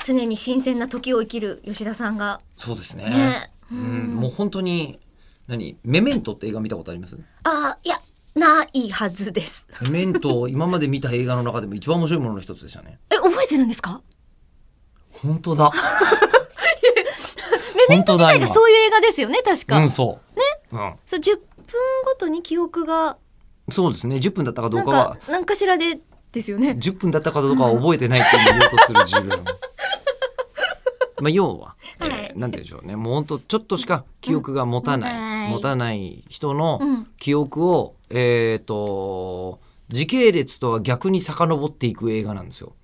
常に新鮮な時を生きる吉田さんが。 そうですね。 ね、 もう本当にメメントって映画見たことあります？ いやないはずです。 メメント今まで見た映画の中でも一番面白いものの一つでしたね。 覚えてるんですか？ 本当だ。 メメント自体がそういう映画ですよね、確か。 そうね、 そう10分ごとに記憶が、 そうですね、10分だったかどうかは何かしらでですよね。 10分だったかどうかは覚えてないって言おうとする自分要は、なんて言うんでしょうね、もうほんとちょっとしか記憶が持たない人の記憶を、時系列とは逆に遡っていく映画なんですよ。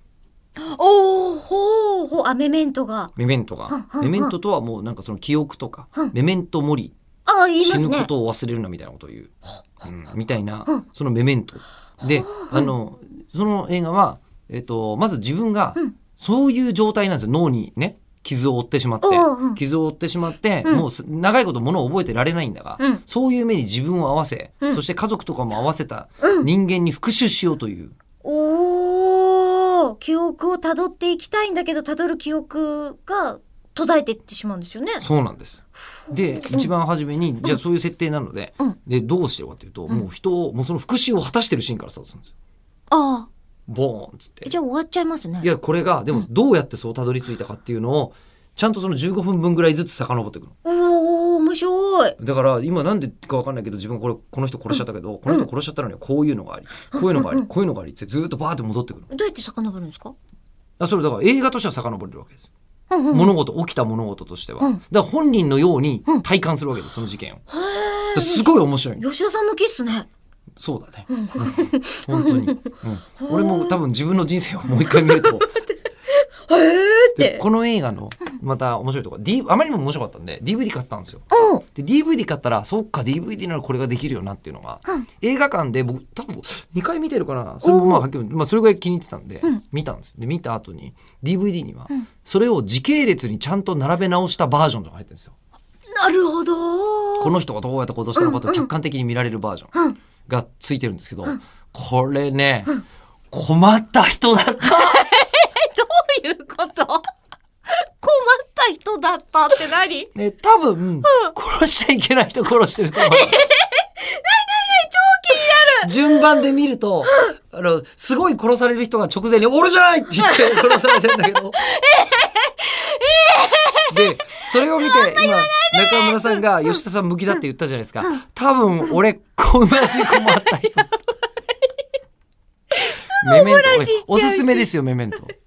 メメントが。 メメントとはもうなんかその記憶とか、メメントモリ、 言いますね、 死ぬことを忘れるなみたいなことを言う、みたいな、そのメメントで、その映画は、まず自分がそういう状態なんですよ。脳にね傷を負ってしまって、もう長いことものを覚えてられないんだが、そういう目に自分を合わせ、そして家族とかも合わせた人間に復讐しようという、 記憶をたどっていきたいんだけど、たどる記憶が途絶えていってしまうんですよね。 そうなんです。で、一番初めにじゃあそういう設定なので、でどうしてるかというと、もう人をもうその復讐を果たしてるシーンからスタートするんですよ。ボーンっつって。 じゃあ終わっちゃいますね。 いやこれがでもどうやってそうたどり着いたかっていうのをちゃんとその15分分ぐらいずつ遡ってくる。 面白い。 だから今なんでか分かんないけど、自分この人殺しちゃったけど、この人殺しちゃったのにはこういうのがあり、こういうのがあり、こういうのがありってずっとバーって戻ってくる。 どうやって遡るんですか？ それだから映画としては遡れるわけです。起きた物事としては、だから本人のように体感するわけです、その事件を。すごい面白い。 吉田さん向きっすね。 そうだね、本当に、俺も多分自分の人生をもう一回見るとでこの映画のまた面白いところ、あまりにも面白かったんで DVD 買ったんですよ。で DVD 買ったら、そっか DVD ならこれができるよなっていうのが、映画館で僕多分2回見てるかな。それもはっきり、それぐらい気に入ってたんで、見たんです。で見た後に DVD には、それを時系列にちゃんと並べ直したバージョンが入ってるんですよ。 なるほど。 この人がどうやって行動したのかと客観的に見られるバージョンがついてるんですけど、これね、困った人だったどういうこと？困った人だったって何？ ね、多分、殺しちゃいけない人殺してると思う。超気になる。順番で見ると、すごい殺される人が直前に俺じゃないって言って殺されてるんだけど。で、それを見て今中村さんが吉田さん向きだって言ったじゃないですか。多分俺同じ困った人。メメントおすすめですよ、メメント。